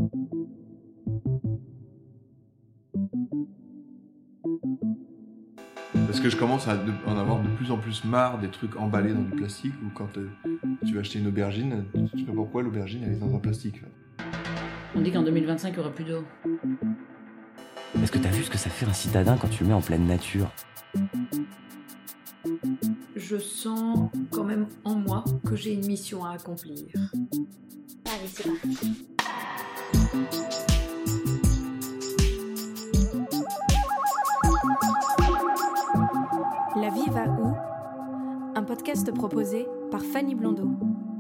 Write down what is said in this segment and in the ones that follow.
Parce que je commence à en avoir de plus en plus marre des trucs emballés dans du plastique, ou quand tu vas acheter une aubergine, tu sais pas pourquoi l'aubergine elle est dans un plastique. On dit qu'en 2025 il n'y aura plus d'eau. Est-ce que t'as vu ce que ça fait un citadin quand tu le mets en pleine nature ? Je sens quand même en moi que j'ai une mission à accomplir. Allez, c'est parti. La vie va où ? Un podcast proposé par Fanny Blondeau.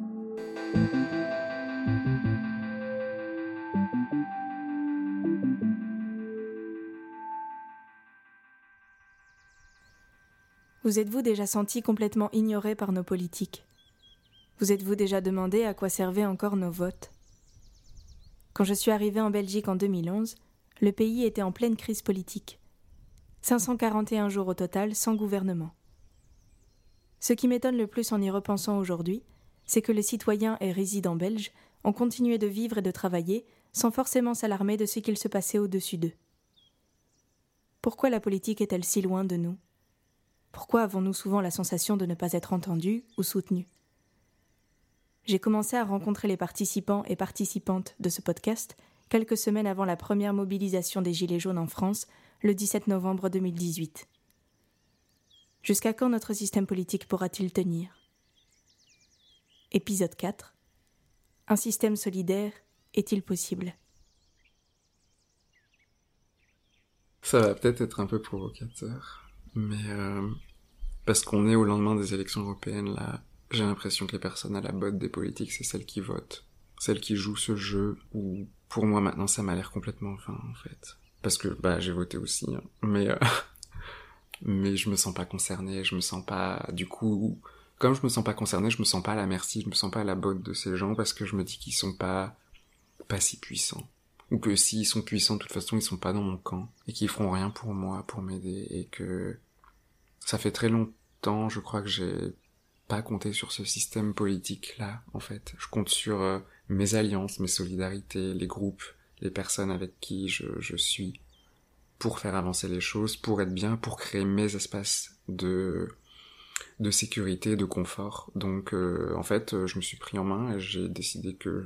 Vous êtes-vous déjà senti complètement ignoré par nos politiques ? Vous êtes-vous déjà demandé à quoi servaient encore nos votes ? Quand je suis arrivée en Belgique en 2011, le pays était en pleine crise politique. 541 jours au total sans gouvernement. Ce qui m'étonne le plus en y repensant aujourd'hui, c'est que les citoyens et résidents belges ont continué de vivre et de travailler sans forcément s'alarmer de ce qu'il se passait au-dessus d'eux. Pourquoi la politique est-elle si loin de nous ? Pourquoi avons-nous souvent la sensation de ne pas être entendus ou soutenus ? J'ai commencé à rencontrer les participants et participantes de ce podcast quelques semaines avant la première mobilisation des Gilets jaunes en France, le 17 novembre 2018. Jusqu'à quand notre système politique pourra-t-il tenir ? Épisode 4. Un système solidaire est-il possible ? Ça va peut-être être un peu provocateur, mais parce qu'on est au lendemain des élections européennes, là, j'ai l'impression que les personnes à la botte des politiques, c'est celles qui votent, celles qui jouent ce jeu, où pour moi maintenant ça m'a l'air complètement vain en fait. Parce que j'ai voté aussi, hein. Mais je me sens pas concerné, je me sens pas, du coup, comme je me sens pas concerné, je me sens pas à la merci, je me sens pas à la botte de ces gens, parce que je me dis qu'ils sont pas si puissants. Ou que s'ils sont puissants, de toute façon, ils sont pas dans mon camp, et qu'ils feront rien pour moi, pour m'aider, et que ça fait très longtemps, je crois que j'ai pas compté sur ce système politique-là, en fait. Je compte sur mes alliances, mes solidarités, les groupes, les personnes avec qui je suis, pour faire avancer les choses, pour être bien, pour créer mes espaces de sécurité, de confort. Donc, en fait, je me suis pris en main et j'ai décidé que,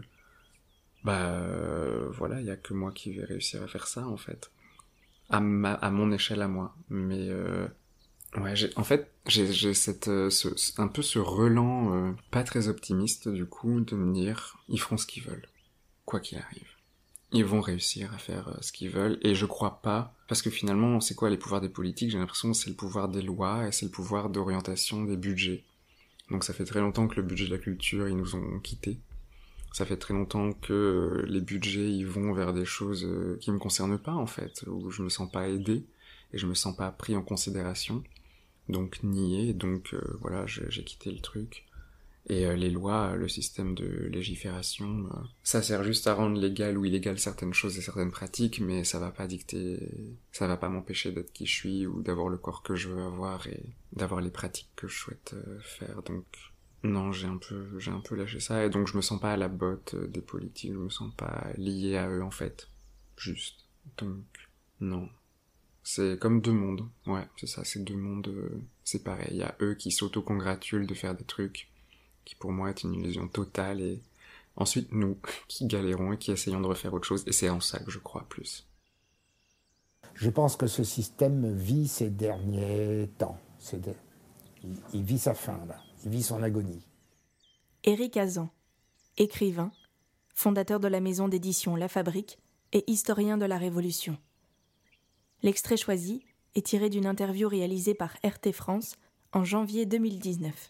voilà, il y a que moi qui vais réussir à faire ça, en fait. À mon échelle à moi. Mais, ouais, j'ai cette, un peu ce relent, pas très optimiste, du coup, de me dire, ils feront ce qu'ils veulent. Quoi qu'il arrive. Ils vont réussir à faire ce qu'ils veulent, et je crois pas, parce que finalement, c'est quoi les pouvoirs des politiques ? J'ai l'impression que c'est le pouvoir des lois, et c'est le pouvoir d'orientation des budgets. Donc ça fait très longtemps que le budget de la culture, ils nous ont quittés. Ça fait très longtemps que les budgets, ils vont vers des choses qui me concernent pas, en fait, où je me sens pas aidé, et je me sens pas pris en considération, donc nié, donc voilà, j'ai quitté le truc. Et les lois, le système de légifération, ça sert juste à rendre légal ou illégal certaines choses et certaines pratiques, mais ça va pas dicter, ça va pas m'empêcher d'être qui je suis ou d'avoir le corps que je veux avoir et d'avoir les pratiques que je souhaite faire. Donc non, j'ai un peu lâché ça, et donc je me sens pas à la botte des politiques, je me sens pas lié à eux en fait. Juste. Donc non. C'est comme deux mondes. Ouais, c'est ça, c'est deux mondes séparés. Il y a eux qui s'auto-congratulent de faire des trucs qui pour moi est une illusion totale, et ensuite nous, qui galérons et qui essayons de refaire autre chose, et c'est en ça que je crois plus. Je pense que ce système vit ses derniers temps. Il vit sa fin, là. Il vit son agonie. Éric Hazan, écrivain, fondateur de la maison d'édition La Fabrique et historien de la Révolution. L'extrait choisi est tiré d'une interview réalisée par RT France en janvier 2019.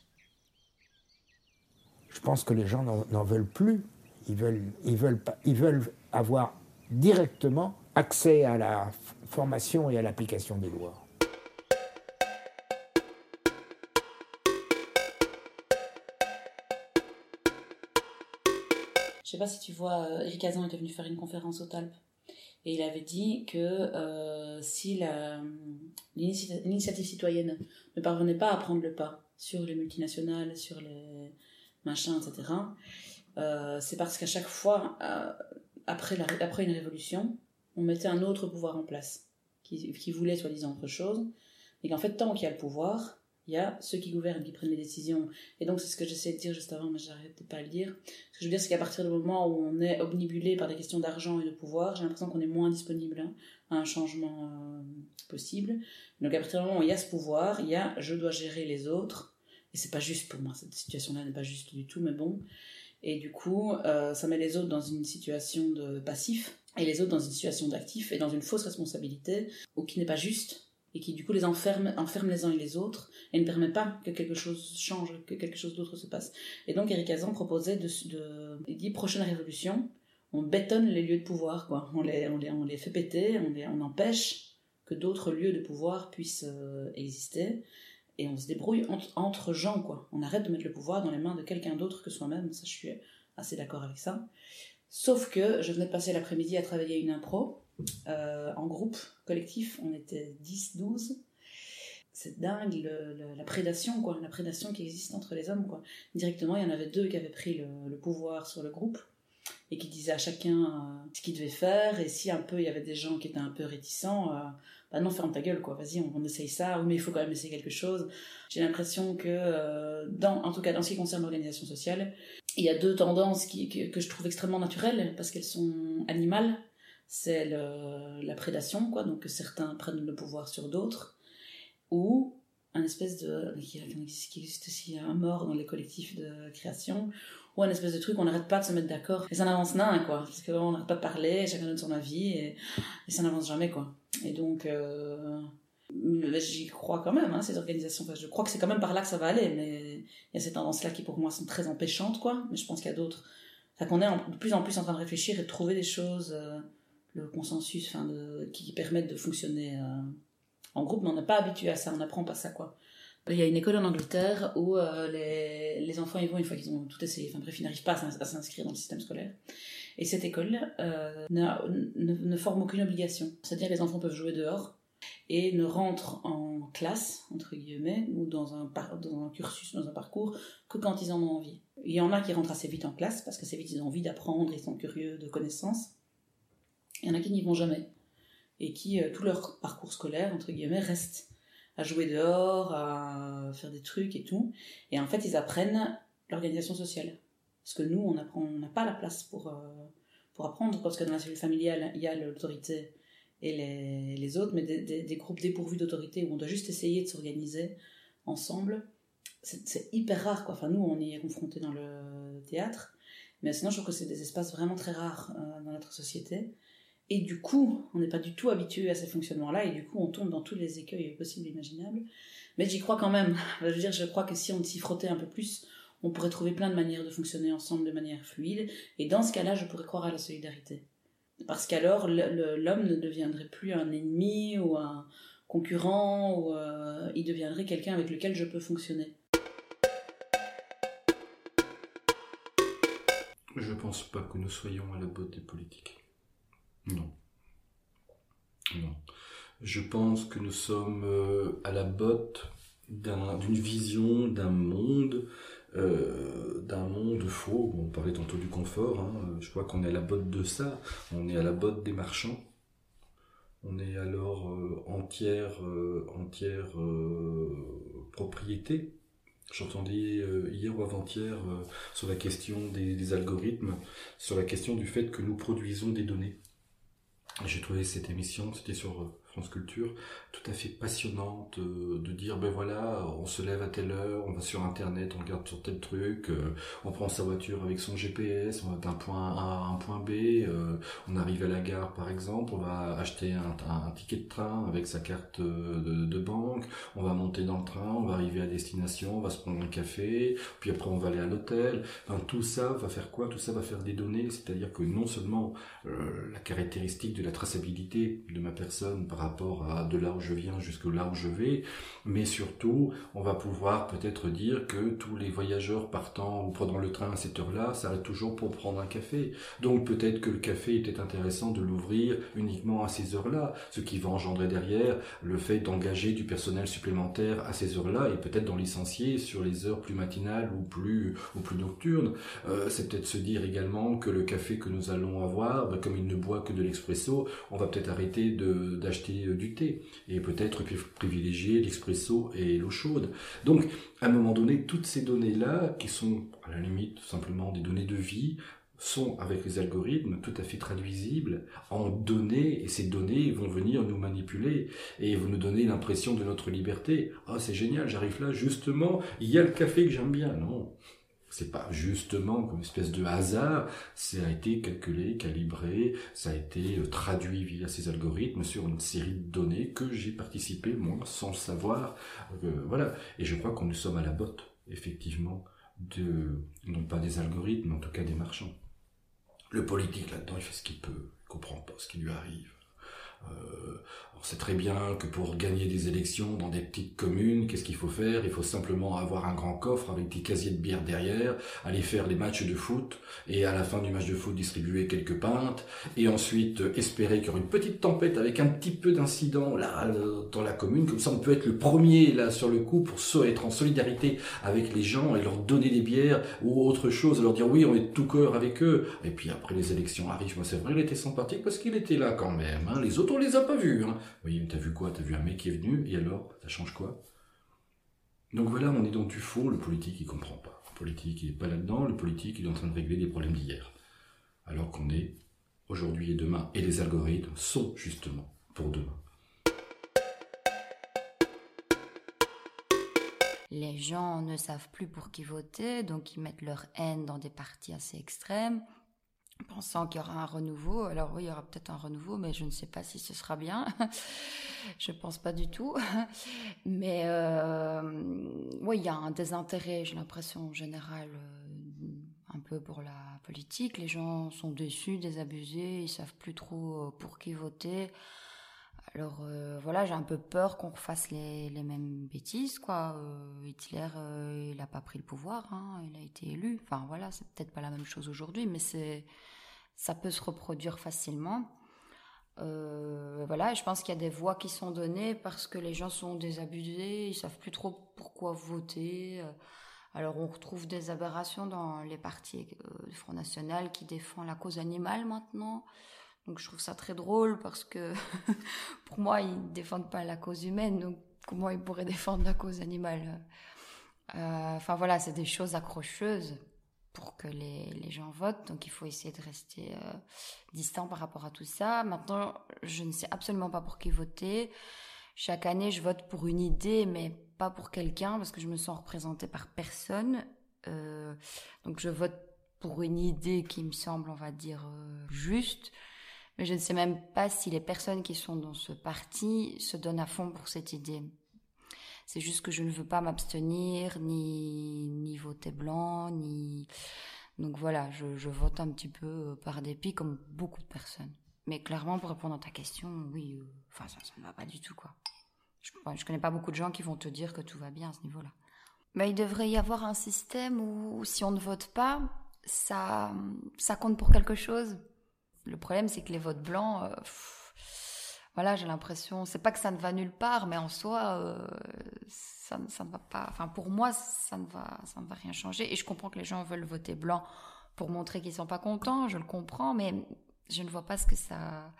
Je pense que les gens n'en veulent plus. Ils veulent avoir directement accès à la formation et à l'application des lois. Je sais pas si tu vois, Éric Hazan était venu faire une conférence au Talp. Et il avait dit que si l'initiative citoyenne ne parvenait pas à prendre le pas sur les multinationales, sur les machins, etc., c'est parce qu'à chaque fois, après une révolution, on mettait un autre pouvoir en place, qui voulait soi-disant autre chose, et qu'en fait, tant qu'il y a le pouvoir, il y a ceux qui gouvernent, qui prennent les décisions. Et donc, c'est ce que j'essayais de dire juste avant, mais j'arrêtais pas à le dire. Ce que je veux dire, c'est qu'à partir du moment où on est omnibulé par des questions d'argent et de pouvoir, j'ai l'impression qu'on est moins disponible à un changement possible. Donc, à partir du moment où il y a ce pouvoir, il y a « je dois gérer les autres ». Et c'est pas juste pour moi, cette situation-là n'est pas juste du tout, mais bon. Et du coup, ça met les autres dans une situation de passif, et les autres dans une situation d'actif, et dans une fausse responsabilité, ou qui n'est pas juste, et qui du coup les enferme les uns et les autres, et ne permet pas que quelque chose change, que quelque chose d'autre se passe. Et donc Éric Hazan proposait il dit prochaine révolution, on bétonne les lieux de pouvoir, quoi. On les fait péter, on empêche que d'autres lieux de pouvoir puissent exister, et on se débrouille entre gens, quoi. On arrête de mettre le pouvoir dans les mains de quelqu'un d'autre que soi-même, ça je suis assez d'accord avec ça. Sauf que je venais de passer l'après-midi à travailler une impro, en groupe, collectif, on était 10, 12. C'est dingue la prédation, quoi, la prédation qui existe entre les hommes, quoi. Directement, il y en avait 2 qui avaient pris le pouvoir sur le groupe et qui disaient à chacun ce qu'il devait faire, et si un peu il y avait des gens qui étaient un peu réticents, bah non, ferme ta gueule, quoi, vas-y, on essaye ça, oui, mais il faut quand même essayer quelque chose. J'ai l'impression que, en tout cas dans ce qui concerne l'organisation sociale, il y a 2 tendances que je trouve extrêmement naturelles, parce qu'elles sont animales. C'est la prédation, quoi, donc que certains prennent le pouvoir sur d'autres, ou un espèce de... qui existe aussi un mort dans les collectifs de création, ou un espèce de truc où on n'arrête pas de se mettre d'accord, et ça n'avance nain, quoi, parce qu'on n'arrête pas de parler, chacun donne son avis, et ça n'avance jamais, quoi. Et donc, j'y crois quand même, ces organisations, enfin, je crois que c'est quand même par là que ça va aller, mais il y a ces tendances-là qui pour moi sont très empêchantes, quoi, mais je pense qu'il y a d'autres... Enfin, qu'on est de plus en plus en train de réfléchir et de trouver des choses... le consensus qui permettent de fonctionner en groupe, mais on n'est pas habitué à ça, on n'apprend pas ça, quoi. Il y a une école en Angleterre où les enfants y vont une fois qu'ils ont tout essayé, enfin bref, ils n'arrivent pas à s'inscrire dans le système scolaire, et cette école ne forme aucune obligation, c'est-à-dire que les enfants peuvent jouer dehors et ne rentrent en classe, entre guillemets, ou dans un cursus, dans un parcours, que quand ils en ont envie. Il y en a qui rentrent assez vite en classe, parce qu'assez vite ils ont envie d'apprendre, ils sont curieux de connaissances. Il y en a qui n'y vont jamais, et qui, tout leur parcours scolaire, entre guillemets, restent à jouer dehors, à faire des trucs et tout. Et en fait, ils apprennent l'organisation sociale. Parce que nous, on n'a pas la place pour apprendre, parce que dans la cellule familiale, il y a l'autorité et les autres, mais des groupes dépourvus d'autorité, où on doit juste essayer de s'organiser ensemble. C'est hyper rare, quoi. Enfin, nous, on y est confrontés dans le théâtre, mais sinon, je trouve que c'est des espaces vraiment très rares dans notre société. Et du coup, on n'est pas du tout habitué à ces fonctionnements-là, et du coup, on tombe dans tous les écueils possibles et imaginables. Mais j'y crois quand même. Je crois que si on s'y frottait un peu plus, on pourrait trouver plein de manières de fonctionner ensemble de manière fluide. Et dans ce cas-là, je pourrais croire à la solidarité. Parce qu'alors, l'homme ne deviendrait plus un ennemi ou un concurrent, ou il deviendrait quelqu'un avec lequel je peux fonctionner. Je pense pas que nous soyons à la botte des politiques. Non. Je pense que nous sommes à la botte d'une vision d'un monde faux. On parlait tantôt du confort, je crois qu'on est à la botte de ça. On est à la botte des marchands. On est alors entière propriété. J'entendais hier ou avant-hier sur la question des algorithmes, sur la question du fait que nous produisons des données. J'ai trouvé cette émission, c'était sur France Culture, tout à fait passionnante, de dire, ben voilà, on se lève à telle heure, on va sur Internet, on regarde sur tel truc, on prend sa voiture avec son GPS, on va d'un point A à un point B, on arrive à la gare par exemple, on va acheter un ticket de train avec sa carte de banque, on va monter dans le train, on va arriver à destination, on va se prendre un café, puis après on va aller à l'hôtel. Enfin, tout ça va faire quoi ? Tout ça va faire des données, c'est-à-dire que non seulement la caractéristique de la traçabilité de ma personne par rapport à de là où je viens jusque là où je vais, mais surtout, on va pouvoir peut-être dire que tous les voyageurs partant ou prenant le train à cette heure-là s'arrêtent toujours pour prendre un café. Donc peut-être que le café était intéressant de l'ouvrir uniquement à ces heures-là, ce qui va engendrer derrière le fait d'engager du personnel supplémentaire à ces heures-là et peut-être d'en licencier sur les heures plus matinales ou plus nocturnes. C'est peut-être se dire également que le café que nous allons avoir, comme il ne boit que de l'expresso, on va peut-être arrêter d'acheter du thé et peut-être privilégier l'expresso et l'eau chaude. Donc, à un moment donné, toutes ces données-là, qui sont à la limite simplement des données de vie, sont avec les algorithmes tout à fait traduisibles en données, et ces données vont venir nous manipuler et vont nous donner l'impression de notre liberté. Ah, c'est génial, j'arrive là, justement, il y a le café que j'aime bien. Non, c'est pas justement comme une espèce de hasard, ça a été calculé, calibré, ça a été traduit via ces algorithmes sur une série de données que j'ai participé, moi, sans le savoir. Voilà, et je crois qu'on nous sommes à la botte, effectivement, non pas des algorithmes, mais en tout cas des marchands. Le politique, là-dedans, il fait ce qu'il peut, il comprend pas ce qui lui arrive. On sait très bien que pour gagner des élections dans des petites communes, qu'est-ce qu'il faut faire? Il faut simplement avoir un grand coffre avec des casiers de bière derrière, aller faire les matchs de foot, et à la fin du match de foot distribuer quelques pintes, et ensuite espérer qu'il y aura une petite tempête avec un petit peu d'incident là dans la commune, comme ça on peut être le premier là sur le coup pour être en solidarité avec les gens et leur donner des bières ou autre chose, leur dire oui on est de tout cœur avec eux, et puis après les élections arrivent, moi c'est vrai il était sympathique parce qu'il était là quand même, hein. Les autres on les a pas vus, hein. Oui, mais t'as vu quoi? T'as vu un mec qui est venu, et alors? Ça change quoi? Donc voilà, on est dans du faux, le politique il comprend pas. Le politique il est pas là-dedans, le politique il est en train de régler des problèmes d'hier. Alors qu'on est aujourd'hui et demain, et les algorithmes sont justement pour demain. Les gens ne savent plus pour qui voter, donc ils mettent leur haine dans des partis assez extrêmes, pensant qu'il y aura un renouveau. Alors oui, il y aura peut-être un renouveau, mais je ne sais pas si ce sera bien. Je pense pas du tout. Mais oui, il y a un désintérêt, j'ai l'impression, en général, un peu pour la politique. Les gens sont déçus, désabusés, ils savent plus trop pour qui voter. Alors voilà, j'ai un peu peur qu'on refasse les mêmes bêtises, quoi. Hitler, il n'a pas pris le pouvoir, hein, il a été élu. Enfin voilà, c'est peut-être pas la même chose aujourd'hui, mais ça peut se reproduire facilement. Voilà, je pense qu'il y a des voix qui sont données parce que les gens sont désabusés, ils savent plus trop pourquoi voter. Alors on retrouve des aberrations dans les partis du Front National qui défend la cause animale maintenant. Donc je trouve ça très drôle parce que pour moi ils défendent pas la cause humaine, donc comment ils pourraient défendre la cause animale? Enfin voilà, c'est des choses accrocheuses pour que les gens votent, donc il faut essayer de rester distant par rapport à tout ça. Maintenant, je ne sais absolument pas pour qui voter. Chaque année, je vote pour une idée, mais pas pour quelqu'un, parce que je me sens représentée par personne. Donc je vote pour une idée qui me semble, on va dire, juste. Mais je ne sais même pas si les personnes qui sont dans ce parti se donnent à fond pour cette idée. C'est juste que je ne veux pas m'abstenir, ni voter blanc, ni... Donc voilà, je vote un petit peu par dépit, comme beaucoup de personnes. Mais clairement, pour répondre à ta question, oui, ça ne va pas du tout, quoi. Je connais pas beaucoup de gens qui vont te dire que tout va bien à ce niveau-là. Mais il devrait y avoir un système où si on ne vote pas, ça compte pour quelque chose. Le problème, c'est que les votes blancs, voilà, j'ai l'impression, c'est pas que ça ne va nulle part, mais en soi, ça ne va pas. Enfin, pour moi, ça ne va rien changer. Et je comprends que les gens veulent voter blanc pour montrer qu'ils sont pas contents. Je le comprends, mais je ne vois pas ce que ça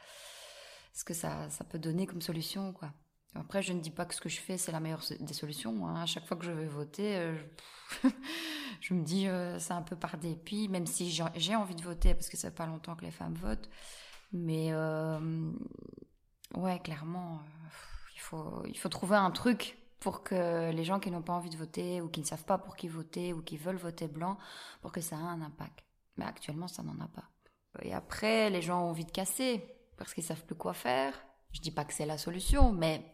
peut donner comme solution, quoi. Après, je ne dis pas que ce que je fais, c'est la meilleure des solutions, hein. À chaque fois que je vais voter, je me dis, c'est un peu par dépit, même si j'ai envie de voter, parce que ça fait pas longtemps que les femmes votent. Mais, ouais, clairement, il faut trouver un truc pour que les gens qui n'ont pas envie de voter, ou qui ne savent pas pour qui voter, ou qui veulent voter blanc, pour que ça ait un impact. Mais actuellement, ça n'en a pas. Et après, les gens ont envie de casser, parce qu'ils savent plus quoi faire. Je dis pas que c'est la solution, mais...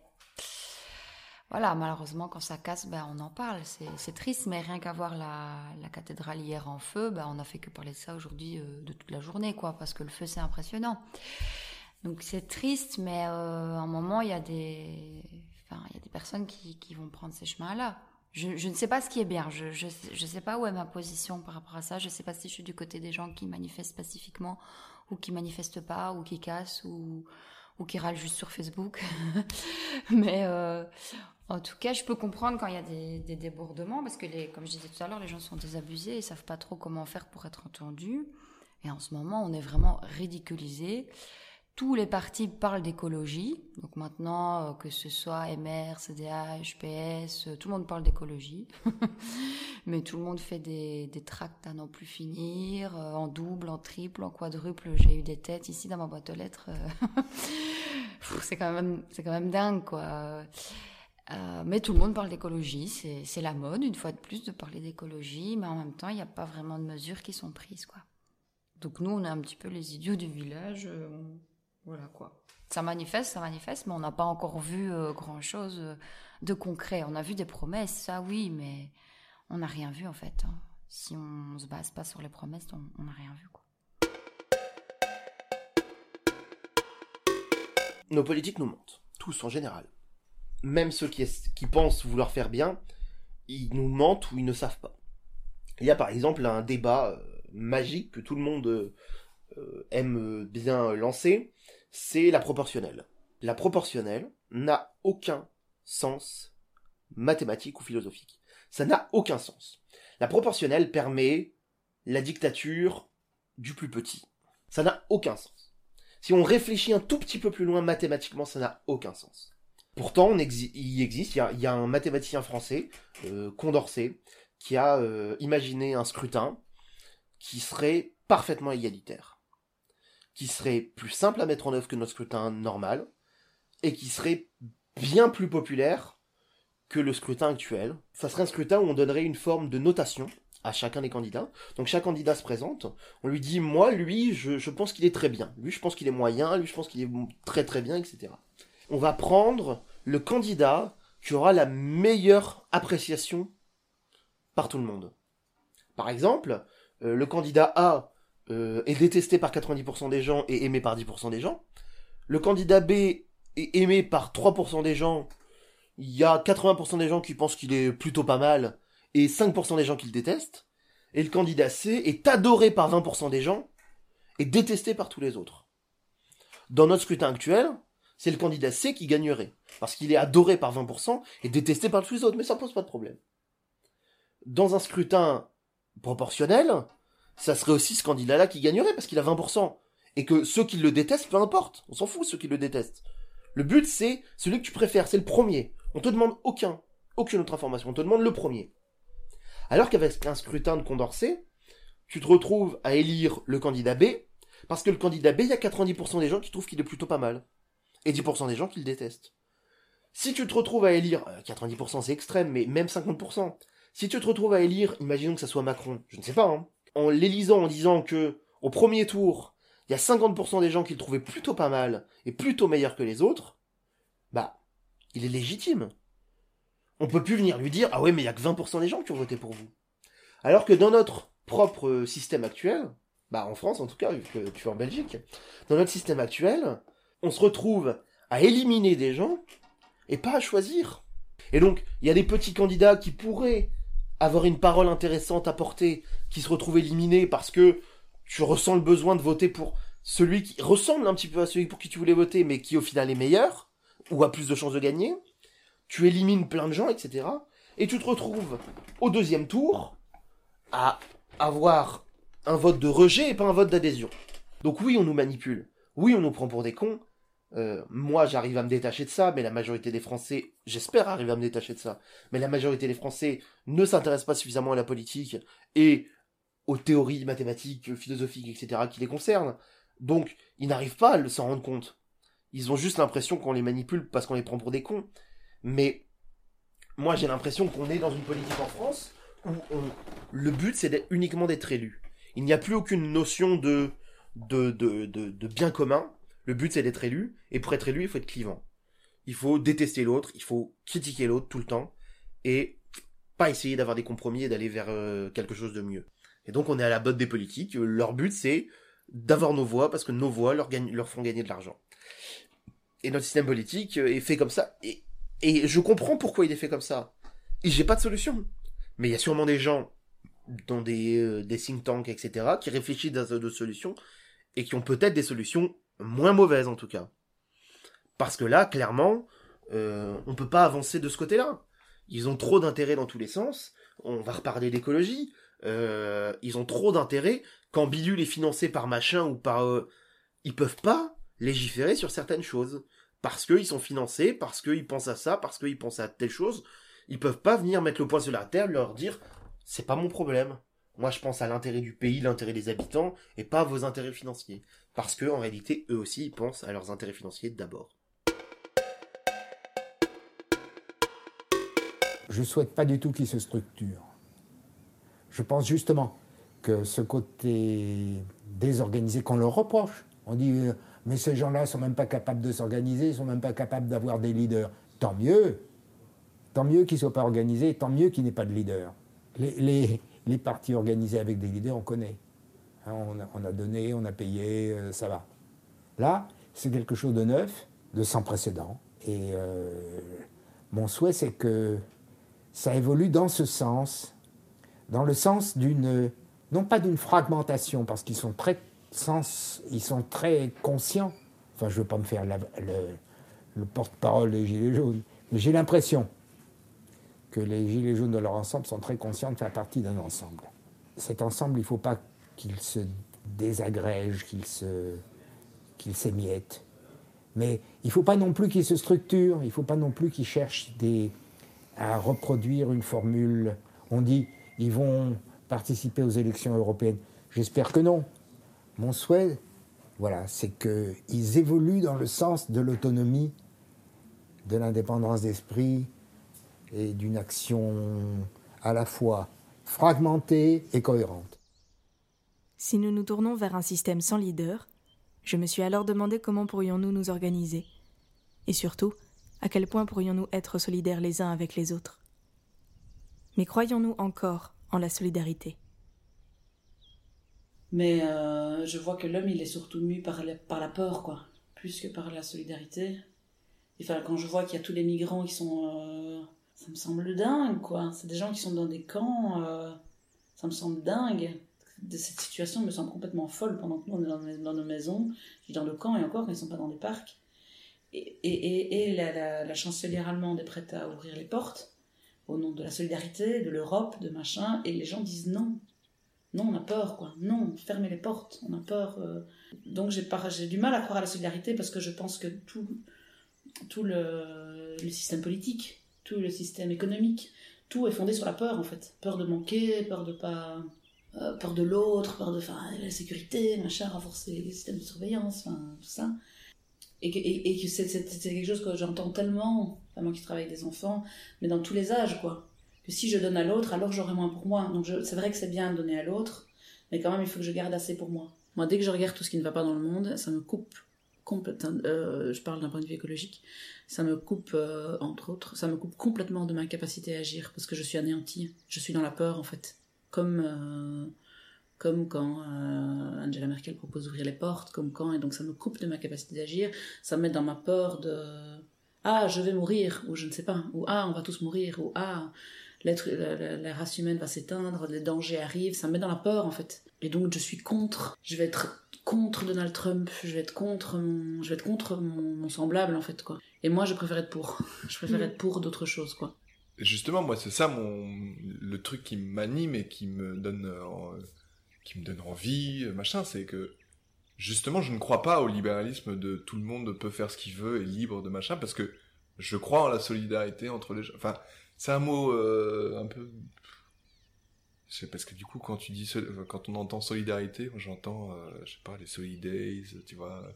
Voilà, malheureusement, quand ça casse, on en parle. C'est triste, mais rien qu'à voir la cathédrale hier en feu, on n'a fait que parler de ça aujourd'hui de toute la journée, quoi, parce que le feu, c'est impressionnant. Donc c'est triste, mais à un moment, il y a des personnes qui vont prendre ces chemins-là. Je ne sais pas ce qui est bien. Je sais pas où est ma position par rapport à ça. Je sais pas si je suis du côté des gens qui manifestent pacifiquement ou qui manifestent pas, ou qui cassent, ou qui râlent juste sur Facebook. Mais en tout cas, je peux comprendre quand il y a des débordements, parce que, comme je disais tout à l'heure, les gens sont désabusés, ils savent pas trop comment faire pour être entendus. Et en ce moment, on est vraiment ridiculisés. Tous les partis parlent d'écologie. Donc maintenant, que ce soit MR, CDH, PS, tout le monde parle d'écologie. Mais tout le monde fait des tracts à n'en plus finir, en double, en triple, en quadruple. J'ai eu des têtes ici dans ma boîte aux lettres. C'est quand même dingue, quoi. Mais tout le monde parle d'écologie. C'est la mode, une fois de plus, de parler d'écologie. Mais en même temps, il n'y a pas vraiment de mesures qui sont prises, quoi. Donc nous, on est un petit peu les idiots du village. Voilà, quoi. Ça manifeste, mais on n'a pas encore vu grand-chose de concret. On a vu des promesses, ça oui, mais on n'a rien vu en fait. Si on ne se base pas sur les promesses, on n'a rien vu, quoi. Nos politiques nous mentent, tous en général. Même ceux qui pensent vouloir faire bien, ils nous mentent ou ils ne savent pas. Il y a par exemple un débat magique que tout le monde aime bien lancer, c'est la proportionnelle. La proportionnelle n'a aucun sens mathématique ou philosophique. Ça n'a aucun sens. La proportionnelle permet la dictature du plus petit. Ça n'a aucun sens. Si on réfléchit un tout petit peu plus loin mathématiquement, ça n'a aucun sens. Pourtant, il y a un mathématicien français, Condorcet, qui a imaginé un scrutin qui serait parfaitement égalitaire, qui serait plus simple à mettre en œuvre que notre scrutin normal, et qui serait bien plus populaire que le scrutin actuel. Ça serait un scrutin où on donnerait une forme de notation à chacun des candidats. Donc chaque candidat se présente, on lui dit, moi, lui, je pense qu'il est très bien, lui, je pense qu'il est moyen, lui, je pense qu'il est très très bien, etc. On va prendre le candidat qui aura la meilleure appréciation par tout le monde. Par exemple, le candidat A est détesté par 90% des gens et aimé par 10% des gens. Le candidat B est aimé par 3% des gens. Il y a 80% des gens qui pensent qu'il est plutôt pas mal et 5% des gens qui le détestent. Et le candidat C est adoré par 20% des gens et détesté par tous les autres. Dans notre scrutin actuel, c'est le candidat C qui gagnerait, parce qu'il est adoré par 20% et détesté par tous les autres, mais ça pose pas de problème. Dans un scrutin proportionnel, ça serait aussi ce candidat-là qui gagnerait, parce qu'il a 20%, et que ceux qui le détestent, peu importe, on s'en fout ceux qui le détestent. Le but, c'est celui que tu préfères, c'est le premier. On te demande aucune autre information, on te demande le premier. Alors qu'avec un scrutin de Condorcet, tu te retrouves à élire le candidat B, parce que le candidat B, il y a 90% des gens qui trouvent qu'il est plutôt pas mal. Et 10% des gens qui le détestent. Si tu te retrouves à élire, 90% c'est extrême, mais même 50%, si tu te retrouves à élire, imaginons que ça soit Macron, je ne sais pas, en l'élisant en disant que, au premier tour, il y a 50% des gens qui le trouvaient plutôt pas mal, et plutôt meilleur que les autres, bah, il est légitime. On peut plus venir lui dire, ah ouais, mais il y a que 20% des gens qui ont voté pour vous. Alors que dans notre propre système actuel, bah, en France en tout cas, vu que tu es en Belgique, dans notre système actuel, on se retrouve à éliminer des gens et pas à choisir. Et donc, il y a des petits candidats qui pourraient avoir une parole intéressante à porter, qui se retrouvent éliminés parce que tu ressens le besoin de voter pour celui qui ressemble un petit peu à celui pour qui tu voulais voter, mais qui au final est meilleur, ou a plus de chances de gagner. Tu élimines plein de gens, etc. Et tu te retrouves au deuxième tour à avoir un vote de rejet et pas un vote d'adhésion. Donc oui, on nous manipule. Oui, on nous prend pour des cons. Moi, j'arrive à me détacher de ça, mais la majorité des Français, j'espère arriver à me détacher de ça, mais la majorité des Français ne s'intéressent pas suffisamment à la politique et aux théories mathématiques, philosophiques, etc. qui les concernent. Donc, ils n'arrivent pas à s'en rendre compte. Ils ont juste l'impression qu'on les manipule parce qu'on les prend pour des cons. Mais moi, j'ai l'impression qu'on est dans une politique en France où le but, c'est uniquement d'être élu. Il n'y a plus aucune notion de bien commun. Le but, c'est d'être élu, et pour être élu, il faut être clivant. Il faut détester l'autre, il faut critiquer l'autre tout le temps, et pas essayer d'avoir des compromis et d'aller vers quelque chose de mieux. Et donc, on est à la botte des politiques. Leur but, c'est d'avoir nos voix, parce que nos voix leur font gagner de l'argent. Et notre système politique est fait comme ça. Et je comprends pourquoi il est fait comme ça. Et j'ai pas de solution. Mais il y a sûrement des gens dans des think tanks, etc., qui réfléchissent à d'autres solutions, et qui ont peut-être des solutions moins mauvaises, en tout cas. Parce que là, clairement, on peut pas avancer de ce côté-là. Ils ont trop d'intérêt dans tous les sens. On va reparler d'écologie. Ils ont trop d'intérêt. Quand Bidule est financé par machin ou par... ils peuvent pas légiférer sur certaines choses. Parce qu'ils sont financés, parce qu'ils pensent à ça, parce qu'ils pensent à telle chose. Ils peuvent pas venir mettre le poing sur la terre, leur dire « c'est pas mon problème. Moi, je pense à l'intérêt du pays, l'intérêt des habitants, et pas à vos intérêts financiers. » Parce que en réalité, eux aussi, ils pensent à leurs intérêts financiers d'abord. Je souhaite pas du tout qu'ils se structurent. Je pense justement que ce côté désorganisé qu'on leur reproche, on dit mais ces gens-là sont même pas capables de s'organiser, ils sont même pas capables d'avoir des leaders. Tant mieux qu'ils soient pas organisés, tant mieux qu'ils n'aient pas de leader. Les partis organisés avec des leaders, on connaît. Hein, on a donné, on a payé, ça va. Là, c'est quelque chose de neuf, de sans précédent. Et mon souhait, c'est que ça évolue dans ce sens, dans le sens d'une, non pas d'une fragmentation, parce qu'ils sont très conscients. Enfin, je ne veux pas me faire le porte-parole des Gilets jaunes, mais j'ai l'impression que les Gilets jaunes de leur ensemble sont très conscients de faire partie d'un ensemble. Cet ensemble, il ne faut pas qu'il se désagrège, qu'il s'émiette. Mais il ne faut pas non plus qu'il se structure, il ne faut pas non plus qu'il cherche à reproduire une formule. On dit, ils vont participer aux élections européennes. J'espère que non. Mon souhait, voilà, c'est qu'ils évoluent dans le sens de l'autonomie, de l'indépendance d'esprit et d'une action à la fois fragmentée et cohérente. Si nous nous tournons vers un système sans leader, je me suis alors demandé comment pourrions-nous nous organiser. Et surtout, à quel point pourrions-nous être solidaires les uns avec les autres. Mais croyons-nous encore en la solidarité ? Mais je vois que l'homme, il est surtout mu par la peur, quoi, plus que par la solidarité. Enfin, quand je vois qu'il y a tous les migrants qui sont... ça me semble dingue, quoi. C'est des gens qui sont dans des camps, ça me semble dingue. Cette situation me semble complètement folle pendant que nous, on est dans nos maisons, dans le camp, et encore, quand ils ne sont pas dans des parcs. Et la chancelière allemande est prête à ouvrir les portes au nom de la solidarité, de l'Europe, de machin, et les gens disent non. Non, on a peur, quoi. Non, fermez les portes, on a peur. Donc j'ai du mal à croire à la solidarité parce que je pense que tout le système politique, tout le système économique, tout est fondé sur la peur, en fait. Peur de manquer, peur de pas... peur de l'autre, peur de la sécurité, machin, renforcer les systèmes de surveillance, enfin, tout ça. Et que c'est quelque chose que j'entends tellement, enfin, moi qui travaille avec des enfants, mais dans tous les âges, quoi. Que si je donne à l'autre, alors j'aurai moins pour moi. Donc c'est vrai que c'est bien de donner à l'autre, mais quand même, il faut que je garde assez pour moi. Moi, dès que je regarde tout ce qui ne va pas dans le monde, ça me coupe complètement, je parle d'un point de vue écologique, ça me coupe, entre autres, ça me coupe complètement de ma capacité à agir, parce que je suis anéantie. Je suis dans la peur, en fait. Comme quand Angela Merkel propose d'ouvrir les portes, et donc ça me coupe de ma capacité d'agir, ça me met dans ma peur de « Ah, je vais mourir », ou je ne sais pas, ou « Ah, on va tous mourir », ou « Ah, la race humaine va s'éteindre, les dangers arrivent », ça me met dans la peur, en fait. Et donc je vais être contre Donald Trump, je vais être contre mon semblable, en fait, quoi. Et moi, je préfère être pour. Je préfère être pour d'autres choses, quoi. Justement, moi, c'est ça le truc qui m'anime et qui me donne envie, machin, c'est que justement, je ne crois pas au libéralisme de tout le monde peut faire ce qu'il veut et libre de machin, parce que je crois en la solidarité entre les gens. Enfin, c'est un mot un peu... Je sais, parce que du coup, quand on entend solidarité, moi j'entends, je sais pas, les Solidays, tu vois,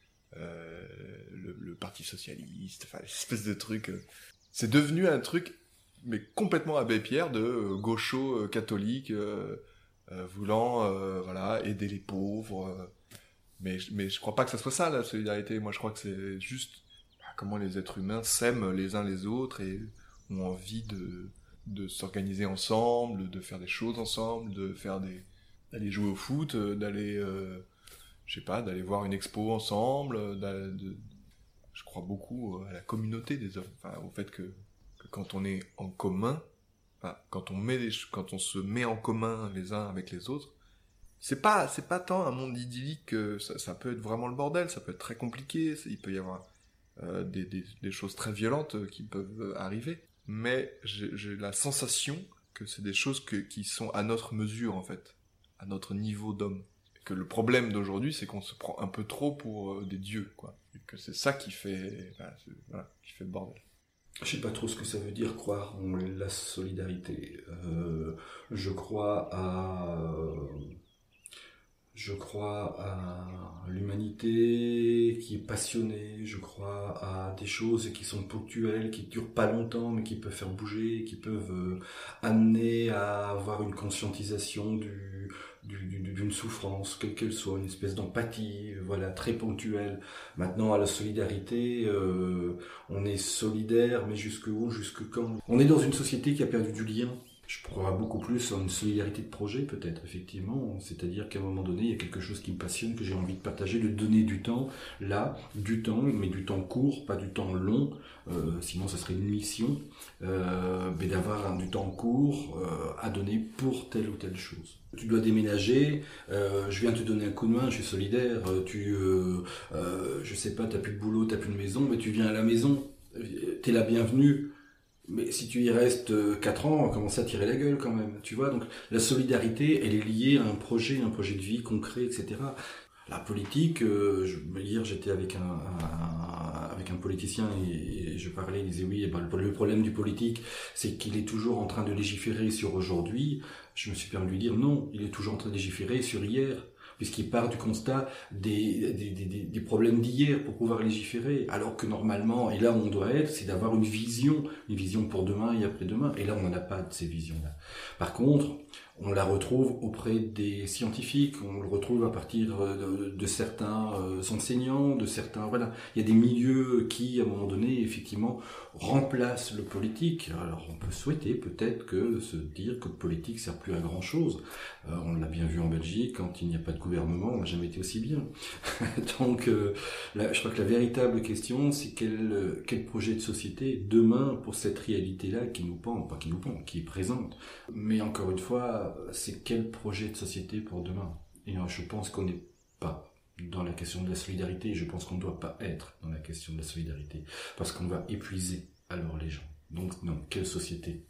le Parti Socialiste, enfin, l'espèce de truc... C'est devenu un truc, mais complètement abbé Pierre, de gaucho catholique, voulant aider les pauvres. Mais je crois pas que ça soit ça, la solidarité. Moi, je crois que c'est juste comment les êtres humains s'aiment les uns les autres et ont envie de s'organiser ensemble, de faire des choses ensemble, d'aller jouer au foot, d'aller je sais pas, d'aller voir une expo ensemble, je crois beaucoup à la communauté des hommes, enfin, au fait que quand on est en commun, enfin, quand on se met en commun les uns avec les autres, c'est pas tant un monde idyllique, ça peut être vraiment le bordel, ça peut être très compliqué, il peut y avoir des choses très violentes qui peuvent arriver, mais j'ai la sensation que c'est des choses qui sont à notre mesure, en fait, à notre niveau d'homme. Que le problème d'aujourd'hui, c'est qu'on se prend un peu trop pour des dieux, quoi. Et que c'est ça qui fait, qui fait le bordel. Je sais pas trop ce que ça veut dire croire en la solidarité. Je crois à l'humanité qui est passionnée, je crois à des choses qui sont ponctuelles, qui durent pas longtemps, mais qui peuvent faire bouger, qui peuvent amener à avoir une conscientisation d'une souffrance, quelle qu'elle soit, une espèce d'empathie, voilà, très ponctuelle. Maintenant, à la solidarité, on est solidaire, mais jusque où, jusque quand? On est dans une société qui a perdu du lien. Je crois beaucoup plus en une solidarité de projet, peut-être, effectivement. C'est-à-dire qu'à un moment donné, il y a quelque chose qui me passionne, que j'ai envie de partager, de donner du temps, mais du temps court, pas du temps long, sinon ça serait une mission, mais d'avoir du temps court à donner pour telle ou telle chose. Tu dois déménager, je viens te donner un coup de main, je suis solidaire, je sais pas, t'as plus de boulot, t'as plus de maison, mais tu viens à la maison, t'es la bienvenue. Mais si tu y restes 4 ans, on va commencer à tirer la gueule quand même, tu vois. Donc la solidarité, elle est liée à un projet de vie concret, etc. La politique, hier j'étais avec un politicien et je parlais, il disait oui, le problème du politique, c'est qu'il est toujours en train de légiférer sur aujourd'hui. Je me suis permis de lui dire non, il est toujours en train de légiférer sur hier, puisqu'il part du constat des problèmes d'hier pour pouvoir légiférer, alors que normalement, et là où on doit être, c'est d'avoir une vision pour demain et après-demain, et là on n'en a pas de ces visions-là. Par contre, on la retrouve auprès des scientifiques, on le retrouve à partir de certains enseignants, de certains, voilà. Il y a des milieux qui, à un moment donné, effectivement, remplacent le politique. Alors on peut souhaiter peut-être se dire que le politique sert plus à grand chose. On l'a bien vu en Belgique, quand il n'y a pas de gouvernement, on n'a jamais été aussi bien. Donc, je crois que la véritable question, c'est quel projet de société demain pour cette réalité-là qui est présente. Mais encore une fois, c'est quel projet de société pour demain. Et je pense qu'on n'est pas dans la question de la solidarité, et je pense qu'on ne doit pas être dans la question de la solidarité, parce qu'on va épuiser alors les gens. Donc non, quelle société?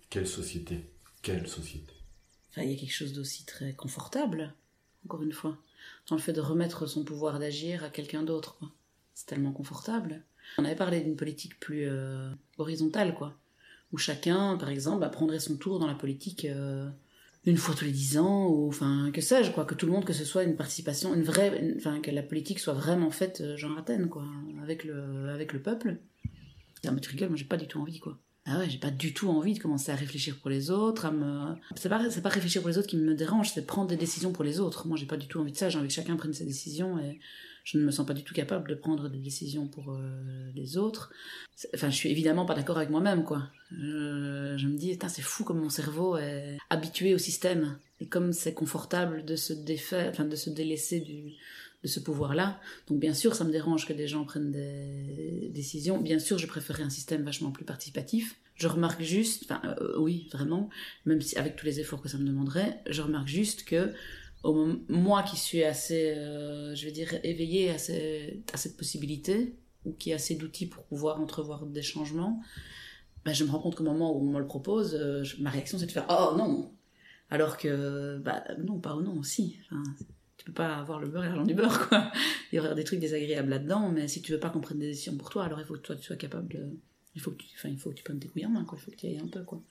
Enfin, il y a quelque chose d'aussi très confortable, encore une fois, dans le fait de remettre son pouvoir d'agir à quelqu'un d'autre, quoi. C'est tellement confortable. On avait parlé d'une politique plus horizontale, quoi, où chacun, par exemple, prendrait son tour dans la politique une fois tous les 10 ans, ou enfin, que sais-je, quoi, que tout le monde, que ce soit une participation, que la politique soit vraiment faite, genre Athènes, quoi, avec le peuple. Non, mais tu rigoles, moi j'ai pas du tout envie, quoi. Ah ouais, j'ai pas du tout envie de commencer à réfléchir pour les autres, c'est pas réfléchir pour les autres qui me dérange, c'est prendre des décisions pour les autres. Moi j'ai pas du tout envie de ça, j'ai envie que chacun prenne ses décisions, et je ne me sens pas du tout capable de prendre des décisions pour les autres. Enfin, je suis évidemment pas d'accord avec moi-même, quoi. Je me dis, c'est fou comme mon cerveau est habitué au système, et comme c'est confortable de se délaisser de ce pouvoir-là. Donc bien sûr, ça me dérange que des gens prennent des décisions. Bien sûr, je préférerais un système vachement plus participatif. Je remarque juste, oui, vraiment, même si avec tous les efforts que ça me demanderait, je remarque juste que moi qui suis assez, éveillée à cette possibilité, ou qui a assez d'outils pour pouvoir entrevoir des changements, je me rends compte qu'au moment où on me le propose, ma réaction c'est de faire « Oh non !» Alors que, non, pas « Oh non !» si. Enfin, tu peux pas avoir le beurre et l'argent du beurre, quoi. Il y aura des trucs désagréables là-dedans, mais si tu veux pas qu'on prenne des décisions pour toi, alors il faut que toi tu sois capable de... Il faut que tu prennes tes couilles en main, quoi. Il faut que tu y ailles un peu, quoi.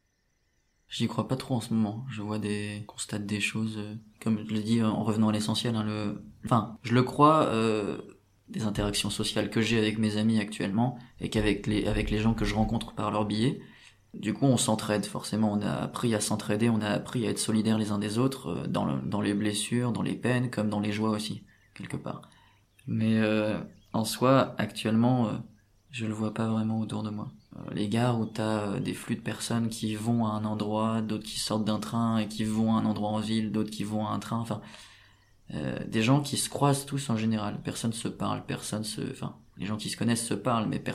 J'y crois pas trop en ce moment. Je constate des choses, comme je l'ai dit en revenant à l'essentiel, je le crois, des interactions sociales que j'ai avec mes amis actuellement, et avec les gens que je rencontre par leur biais. Du coup, on s'entraide, forcément. On a appris à s'entraider, on a appris à être solidaires les uns des autres, dans les blessures, dans les peines, comme dans les joies aussi, quelque part. Mais en soi, actuellement, je le vois pas vraiment autour de moi. Les gares où t'as des flux de personnes qui vont à un endroit, d'autres qui sortent d'un train et qui vont à un endroit en ville, d'autres qui vont à un train, enfin, des gens qui se croisent tous en général. Personne se parle, enfin, les gens qui se connaissent se parlent, mais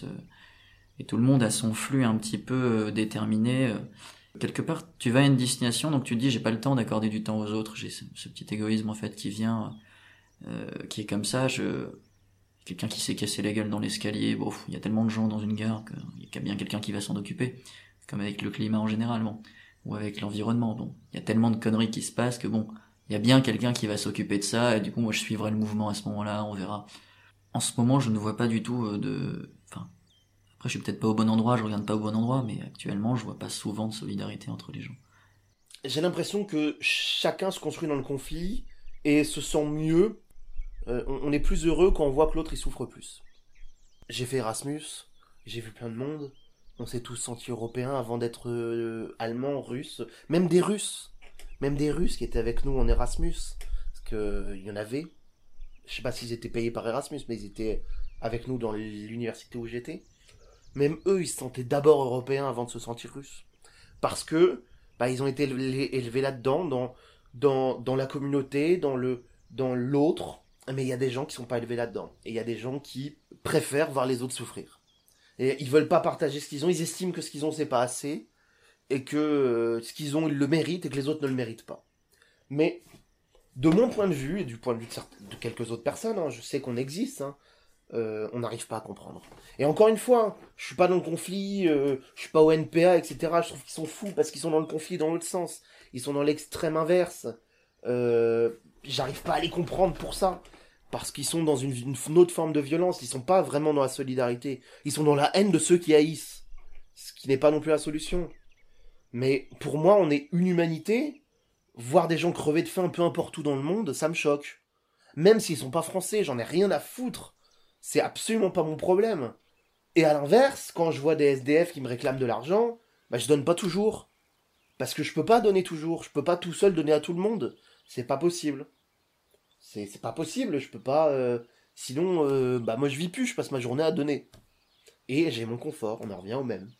et tout le monde a son flux un petit peu déterminé. Quelque part, tu vas à une destination, donc tu te dis, j'ai pas le temps d'accorder du temps aux autres. J'ai ce petit égoïsme, en fait, qui vient, qui est comme ça. Quelqu'un qui s'est cassé la gueule dans l'escalier, bon, il y a tellement de gens dans une gare qu'il y a bien quelqu'un qui va s'en occuper. Comme avec le climat en général, bon. Ou avec l'environnement, bon. Il y a tellement de conneries qui se passent que bon, il y a bien quelqu'un qui va s'occuper de ça, et du coup, moi, je suivrai le mouvement à ce moment-là, on verra. En ce moment, je ne vois pas du tout enfin, après, je suis peut-être pas au bon endroit, je regarde pas au bon endroit, mais actuellement, je vois pas souvent de solidarité entre les gens. J'ai l'impression que chacun se construit dans le conflit et se sent mieux. On est plus heureux quand on voit que l'autre, il souffre plus. J'ai fait Erasmus, j'ai vu plein de monde, on s'est tous sentis européens avant d'être allemands, russes, même des Russes qui étaient avec nous en Erasmus, parce que il y en avait, je sais pas s'ils étaient payés par Erasmus, mais ils étaient avec nous dans l'université où j'étais. Même eux, ils se sentaient d'abord européens avant de se sentir russes. Parce que, ils ont été élevés là-dedans, dans la communauté, dans l'autre. Mais il y a des gens qui sont pas élevés là-dedans. Et il y a des gens qui préfèrent voir les autres souffrir. Et ils veulent pas partager ce qu'ils ont. Ils estiment que ce qu'ils ont, c'est pas assez. Et que ce qu'ils ont, ils le méritent et que les autres ne le méritent pas. Mais, de mon point de vue, et du point de vue de quelques autres personnes, je sais qu'on existe, on n'arrive pas à comprendre. Et encore une fois, je suis pas dans le conflit, je suis pas au NPA, etc. Je trouve qu'ils sont fous parce qu'ils sont dans le conflit dans l'autre sens. Ils sont dans l'extrême inverse. J'arrive pas à les comprendre pour ça. Parce qu'ils sont dans une autre forme de violence. Ils sont pas vraiment dans la solidarité. Ils sont dans la haine de ceux qui haïssent. Ce qui n'est pas non plus la solution. Mais pour moi, on est une humanité. Voir des gens crever de faim peu importe où dans le monde, ça me choque. Même s'ils sont pas français, j'en ai rien à foutre. C'est absolument pas mon problème. Et à l'inverse, quand je vois des SDF qui me réclament de l'argent, je donne pas toujours. Parce que je peux pas donner toujours. Je peux pas tout seul donner à tout le monde. C'est pas possible. C'est pas possible, je peux pas... Sinon, moi je vis plus, je passe ma journée à donner. Et j'ai mon confort, on en revient au même.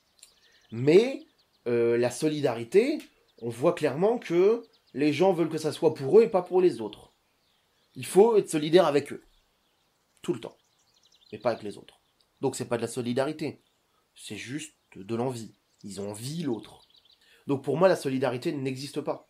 Mais, la solidarité, on voit clairement que les gens veulent que ça soit pour eux et pas pour les autres. Il faut être solidaire avec eux. Tout le temps. Mais pas avec les autres. Donc c'est pas de la solidarité. C'est juste de l'envie. Ils ont envie l'autre. Donc pour moi, la solidarité n'existe pas.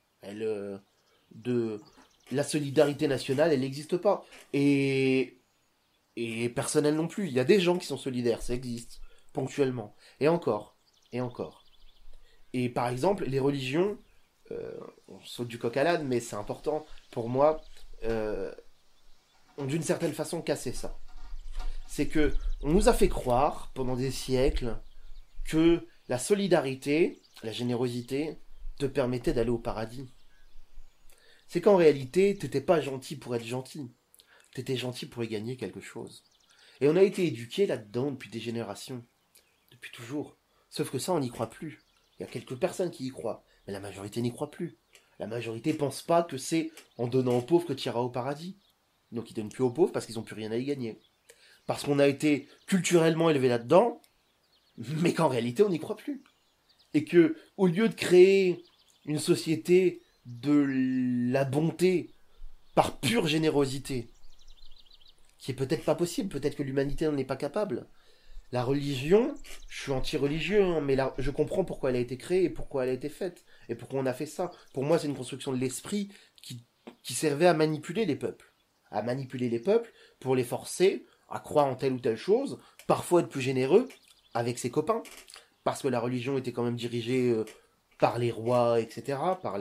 La solidarité nationale, elle n'existe pas. Et personnelle non plus. Il y a des gens qui sont solidaires, ça existe. Ponctuellement. Et encore. Et par exemple, les religions, on saute du coq à l'âne, mais c'est important pour moi, ont d'une certaine façon cassé ça. C'est que on nous a fait croire, pendant des siècles, que la solidarité, la générosité, te permettait d'aller au paradis. C'est qu'en réalité, t'étais pas gentil pour être gentil. T'étais gentil pour y gagner quelque chose. Et on a été éduqués là-dedans depuis des générations. Depuis toujours. Sauf que ça, on n'y croit plus. Il y a quelques personnes qui y croient. Mais la majorité n'y croit plus. La majorité pense pas que c'est en donnant aux pauvres que tu iras au paradis. Donc ils donnent plus aux pauvres parce qu'ils n'ont plus rien à y gagner. Parce qu'on a été culturellement élevé là-dedans, mais qu'en réalité, on n'y croit plus. Et que, au lieu de créer une société de la bonté par pure générosité, qui est peut-être pas possible, peut-être que l'humanité n'en est pas capable. La religion, je suis anti-religieux, mais je comprends pourquoi elle a été créée et pourquoi elle a été faite, et pourquoi on a fait ça. Pour moi, c'est une construction de l'esprit qui servait à manipuler les peuples. À manipuler les peuples pour les forcer à croire en telle ou telle chose, parfois être plus généreux avec ses copains, parce que la religion était quand même dirigée par les rois, etc.,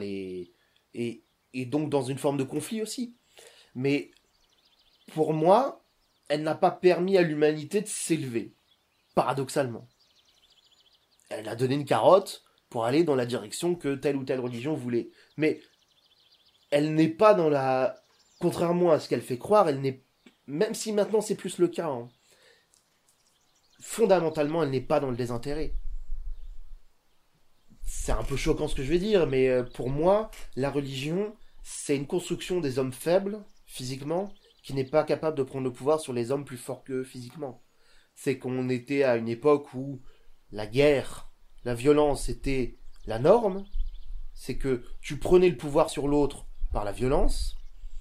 et donc dans une forme de conflit aussi. Mais pour moi, elle n'a pas permis à l'humanité de s'élever, paradoxalement. Elle a donné une carotte pour aller dans la direction que telle ou telle religion voulait. Mais elle n'est pas dans la... Contrairement à ce qu'elle fait croire, elle n'est... Même si maintenant c'est plus le cas, fondamentalement, elle n'est pas dans le désintérêt. C'est un peu choquant ce que je vais dire, mais pour moi, la religion, c'est une construction des hommes faibles, physiquement, qui n'est pas capable de prendre le pouvoir sur les hommes plus forts qu'eux physiquement. C'est qu'on était à une époque où la guerre, la violence était la norme, c'est que tu prenais le pouvoir sur l'autre par la violence,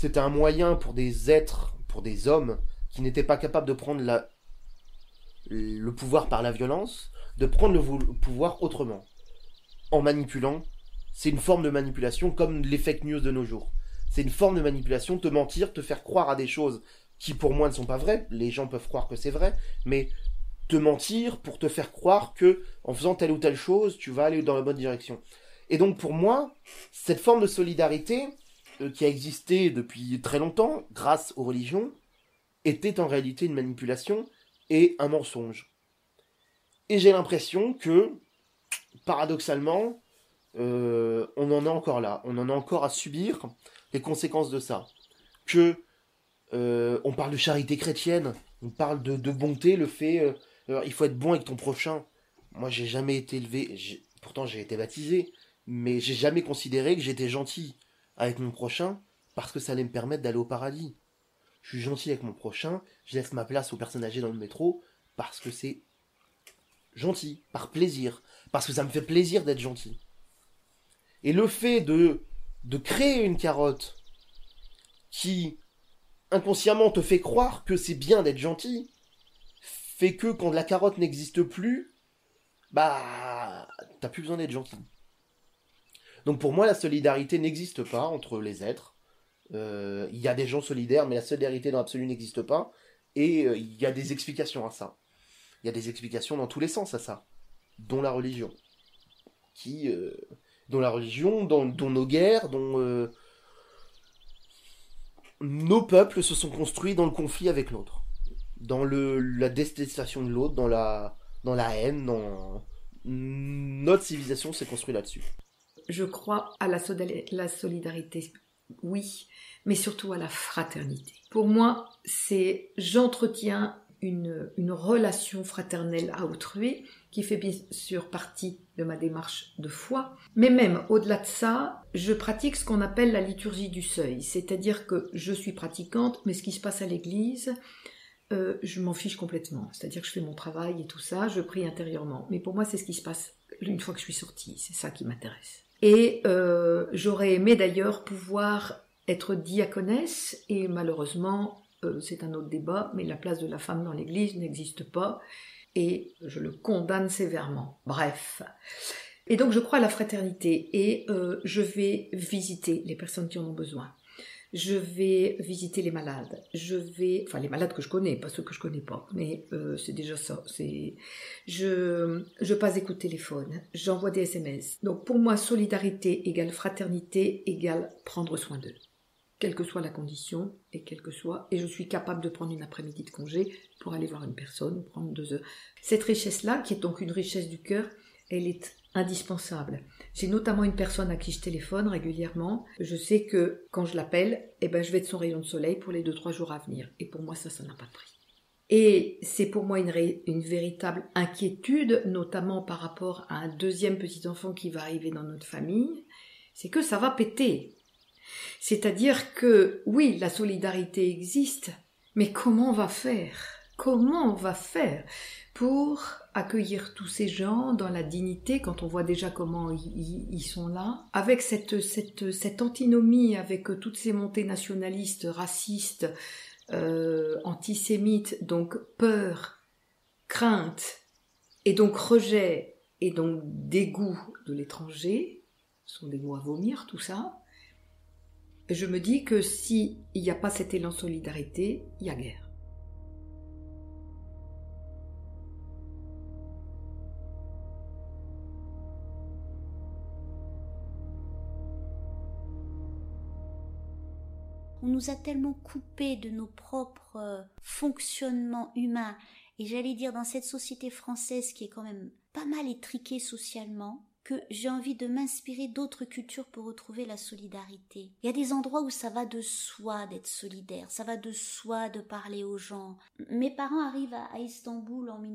c'était un moyen pour des êtres, pour des hommes qui n'étaient pas capables de prendre le pouvoir par la violence, de prendre le pouvoir autrement, en manipulant. C'est une forme de manipulation comme les fake news de nos jours. C'est une forme de manipulation, te mentir, te faire croire à des choses qui pour moi ne sont pas vraies. Les gens peuvent croire que c'est vrai, mais te mentir pour te faire croire que en faisant telle ou telle chose, tu vas aller dans la bonne direction. Et donc pour moi, cette forme de solidarité qui a existé depuis très longtemps grâce aux religions était en réalité une manipulation et un mensonge. Et j'ai l'impression que, paradoxalement, on en est encore là. On en a encore à subir les conséquences de ça. On parle de charité chrétienne, on parle de bonté, le fait... il faut être bon avec ton prochain. Moi, j'ai jamais été élevé... Pourtant, j'ai été baptisé, mais j'ai jamais considéré que j'étais gentil avec mon prochain parce que ça allait me permettre d'aller au paradis. Je suis gentil avec mon prochain, je laisse ma place aux personnes âgées dans le métro parce que c'est gentil, par plaisir, parce que ça me fait plaisir d'être gentil. Et le fait de créer une carotte qui inconsciemment te fait croire que c'est bien d'être gentil, fait que quand la carotte n'existe plus, bah t'as plus besoin d'être gentil. Donc pour moi la solidarité n'existe pas entre les êtres. Il y a des gens solidaires, mais la solidarité dans l'absolu n'existe pas. Et il y a des explications à ça. Il y a des explications dans tous les sens à ça. Dont la religion. Dont la religion, dont nos guerres, dont nos peuples se sont construits dans le conflit avec l'autre. Dans la détestation de l'autre, dans la haine, notre civilisation s'est construite là-dessus. Je crois à la solidarité, oui, mais surtout à la fraternité. Pour moi, j'entretiens une relation fraternelle à autrui qui fait bien sûr partie de ma démarche de foi. Mais même au-delà de ça, je pratique ce qu'on appelle la liturgie du seuil. C'est-à-dire que je suis pratiquante, mais ce qui se passe à l'église, je m'en fiche complètement. C'est-à-dire que je fais mon travail et tout ça, je prie intérieurement. Mais pour moi, c'est ce qui se passe une fois que je suis sortie. C'est ça qui m'intéresse. Et j'aurais aimé d'ailleurs pouvoir être diaconesse, et malheureusement, c'est un autre débat, mais la place de la femme dans l'église n'existe pas, et je le condamne sévèrement. Bref. Et donc je crois à la fraternité, et je vais visiter les personnes qui en ont besoin. Je vais visiter les malades. Enfin les malades que je connais, pas ceux que je connais pas, mais c'est déjà ça. Je passe des coups de téléphone, j'envoie des SMS. Donc pour moi, solidarité égale fraternité égale prendre soin d'eux, quelle que soit la condition et et je suis capable de prendre une après-midi de congé pour aller voir une personne ou prendre 2 heures. Cette richesse-là, qui est donc une richesse du cœur, elle est indispensable. J'ai notamment une personne à qui je téléphone régulièrement. Je sais que quand je l'appelle, je vais être son rayon de soleil pour les 2-3 jours à venir. Et pour moi, ça n'a pas de prix. Et c'est pour moi une véritable inquiétude, notamment par rapport à un 2e petit enfant qui va arriver dans notre famille, c'est que ça va péter. C'est-à-dire que, oui, la solidarité existe, mais comment on va faire ? Comment on va faire pour accueillir tous ces gens dans la dignité, quand on voit déjà comment ils sont là, avec cette antinomie, avec toutes ces montées nationalistes, racistes, antisémites, donc peur, crainte, et donc rejet, et donc dégoût de l'étranger, ce sont des mots à vomir, tout ça. Je me dis que s'il n'y a pas cet élan solidarité, il y a guerre. On nous a tellement coupés de nos propres fonctionnements humains. Et j'allais dire, dans cette société française qui est quand même pas mal étriquée socialement, que j'ai envie de m'inspirer d'autres cultures pour retrouver la solidarité. Il y a des endroits où ça va de soi d'être solidaire, ça va de soi de parler aux gens. Mes parents arrivent à Istanbul en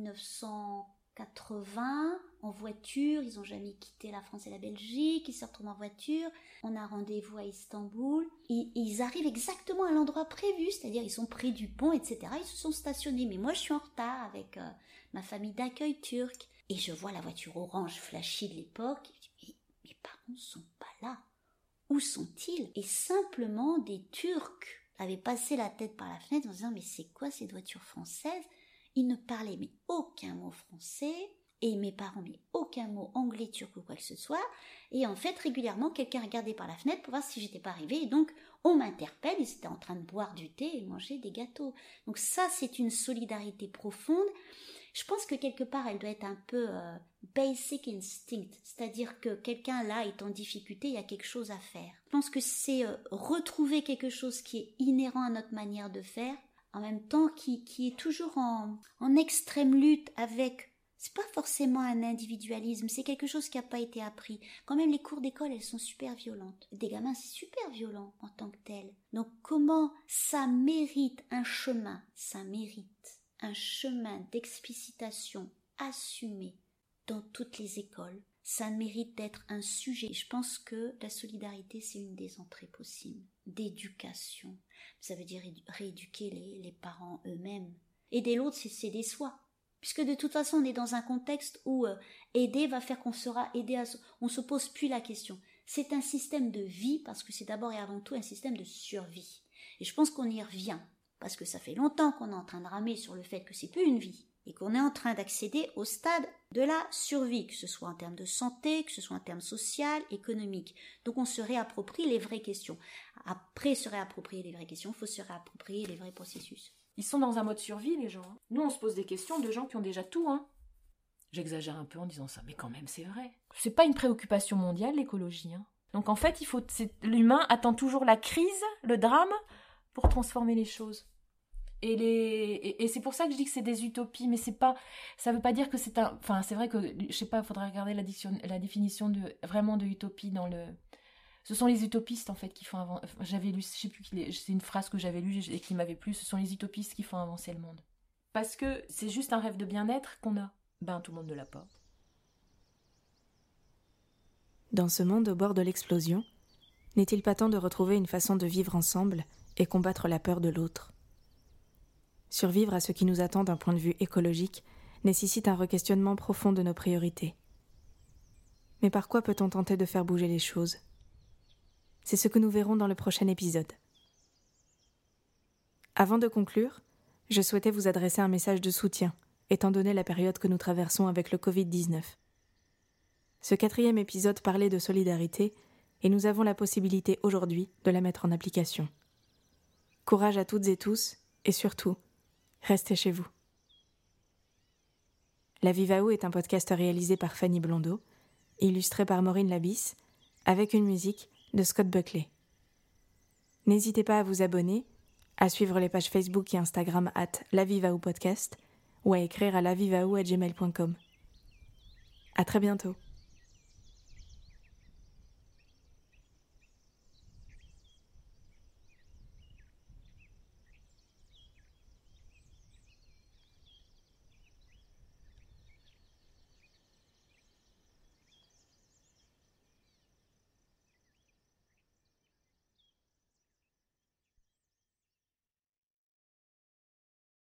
1980 en voiture, ils n'ont jamais quitté la France et la Belgique, ils se retrouvent en voiture, on a rendez-vous à Istanbul, et ils arrivent exactement à l'endroit prévu, c'est-à-dire ils sont près du pont, etc. Ils se sont stationnés, mais moi je suis en retard avec ma famille d'accueil turque, et je vois la voiture orange flashy de l'époque, et je dis, mais mes parents ne sont pas là, Où sont-ils? Et simplement des Turcs avaient passé la tête par la fenêtre en disant mais c'est quoi cette voiture française? Ils ne parlaient mais aucun mot français, et mes parents mais aucun mot anglais, turc ou quoi que ce soit, et en fait régulièrement quelqu'un regardait par la fenêtre pour voir si j'étais pas arrivée, et donc on m'interpelle, ils étaient en train de boire du thé et manger des gâteaux. Donc ça c'est une solidarité profonde. Je pense que quelque part elle doit être un peu basic instinct, c'est-à-dire que quelqu'un là est en difficulté, il y a quelque chose à faire. Je pense que c'est retrouver quelque chose qui est inhérent à notre manière de faire, en même temps qui est toujours en extrême lutte avec... C'est pas forcément un individualisme, c'est quelque chose qui n'a pas été appris. Quand même, les cours d'école, elles sont super violentes. Des gamins, c'est super violent en tant que tel. Donc, comment ça mérite un chemin? Ça mérite un chemin d'explicitation assumé dans toutes les écoles. Ça mérite d'être un sujet. Je pense que la solidarité, c'est une des entrées possibles. D'éducation. Ça veut dire rééduquer les parents eux-mêmes. Aider l'autre, c'est s'aider soi. Puisque de toute façon, on est dans un contexte où aider va faire qu'on sera aidé, on ne se pose plus la question. C'est un système de vie, parce que c'est d'abord et avant tout un système de survie. Et je pense qu'on y revient, parce que ça fait longtemps qu'on est en train de ramer sur le fait que c'est plus une vie, et qu'on est en train d'accéder au stade de la survie, que ce soit en termes de santé, que ce soit en termes social, économique. Donc on se réapproprie les vraies questions. Après se réapproprier les vraies questions, il faut se réapproprier les vrais processus. Ils sont dans un mode survie, les gens. Nous, on se pose des questions de gens qui ont déjà tout, J'exagère un peu en disant ça, mais quand même, c'est vrai. C'est pas une préoccupation mondiale, l'écologie, Donc en fait, l'humain attend toujours la crise, le drame, pour transformer les choses. Et c'est pour ça que je dis que c'est des utopies, mais ça veut pas dire que c'est un... Enfin, c'est vrai que, je sais pas, il faudrait regarder la définition vraiment de utopie dans le... Ce sont les utopistes, en fait, qui font avancer... J'avais lu, je sais plus c'est une phrase que j'avais lue et qui m'avait plu. Ce sont les utopistes qui font avancer le monde. Parce que c'est juste un rêve de bien-être qu'on a. Tout le monde ne l'a pas. Dans ce monde au bord de l'explosion, n'est-il pas temps de retrouver une façon de vivre ensemble et combattre la peur de l'autre? Survivre à ce qui nous attend d'un point de vue écologique nécessite un requestionnement profond de nos priorités. Mais par quoi peut-on tenter de faire bouger les choses? C'est ce que nous verrons dans le prochain épisode. Avant de conclure, je souhaitais vous adresser un message de soutien, étant donné la période que nous traversons avec le Covid-19. Ce 4e épisode parlait de solidarité, et nous avons la possibilité aujourd'hui de la mettre en application. Courage à toutes et tous, et surtout, restez chez vous. La Viva-O est un podcast réalisé par Fanny Blondeau, illustré par Maureen Labisse, avec une musique de Scott Buckley. N'hésitez pas à vous abonner, à suivre les pages Facebook et Instagram @lavivaopodcast ou à écrire à lavivao@gmail.com. À très bientôt.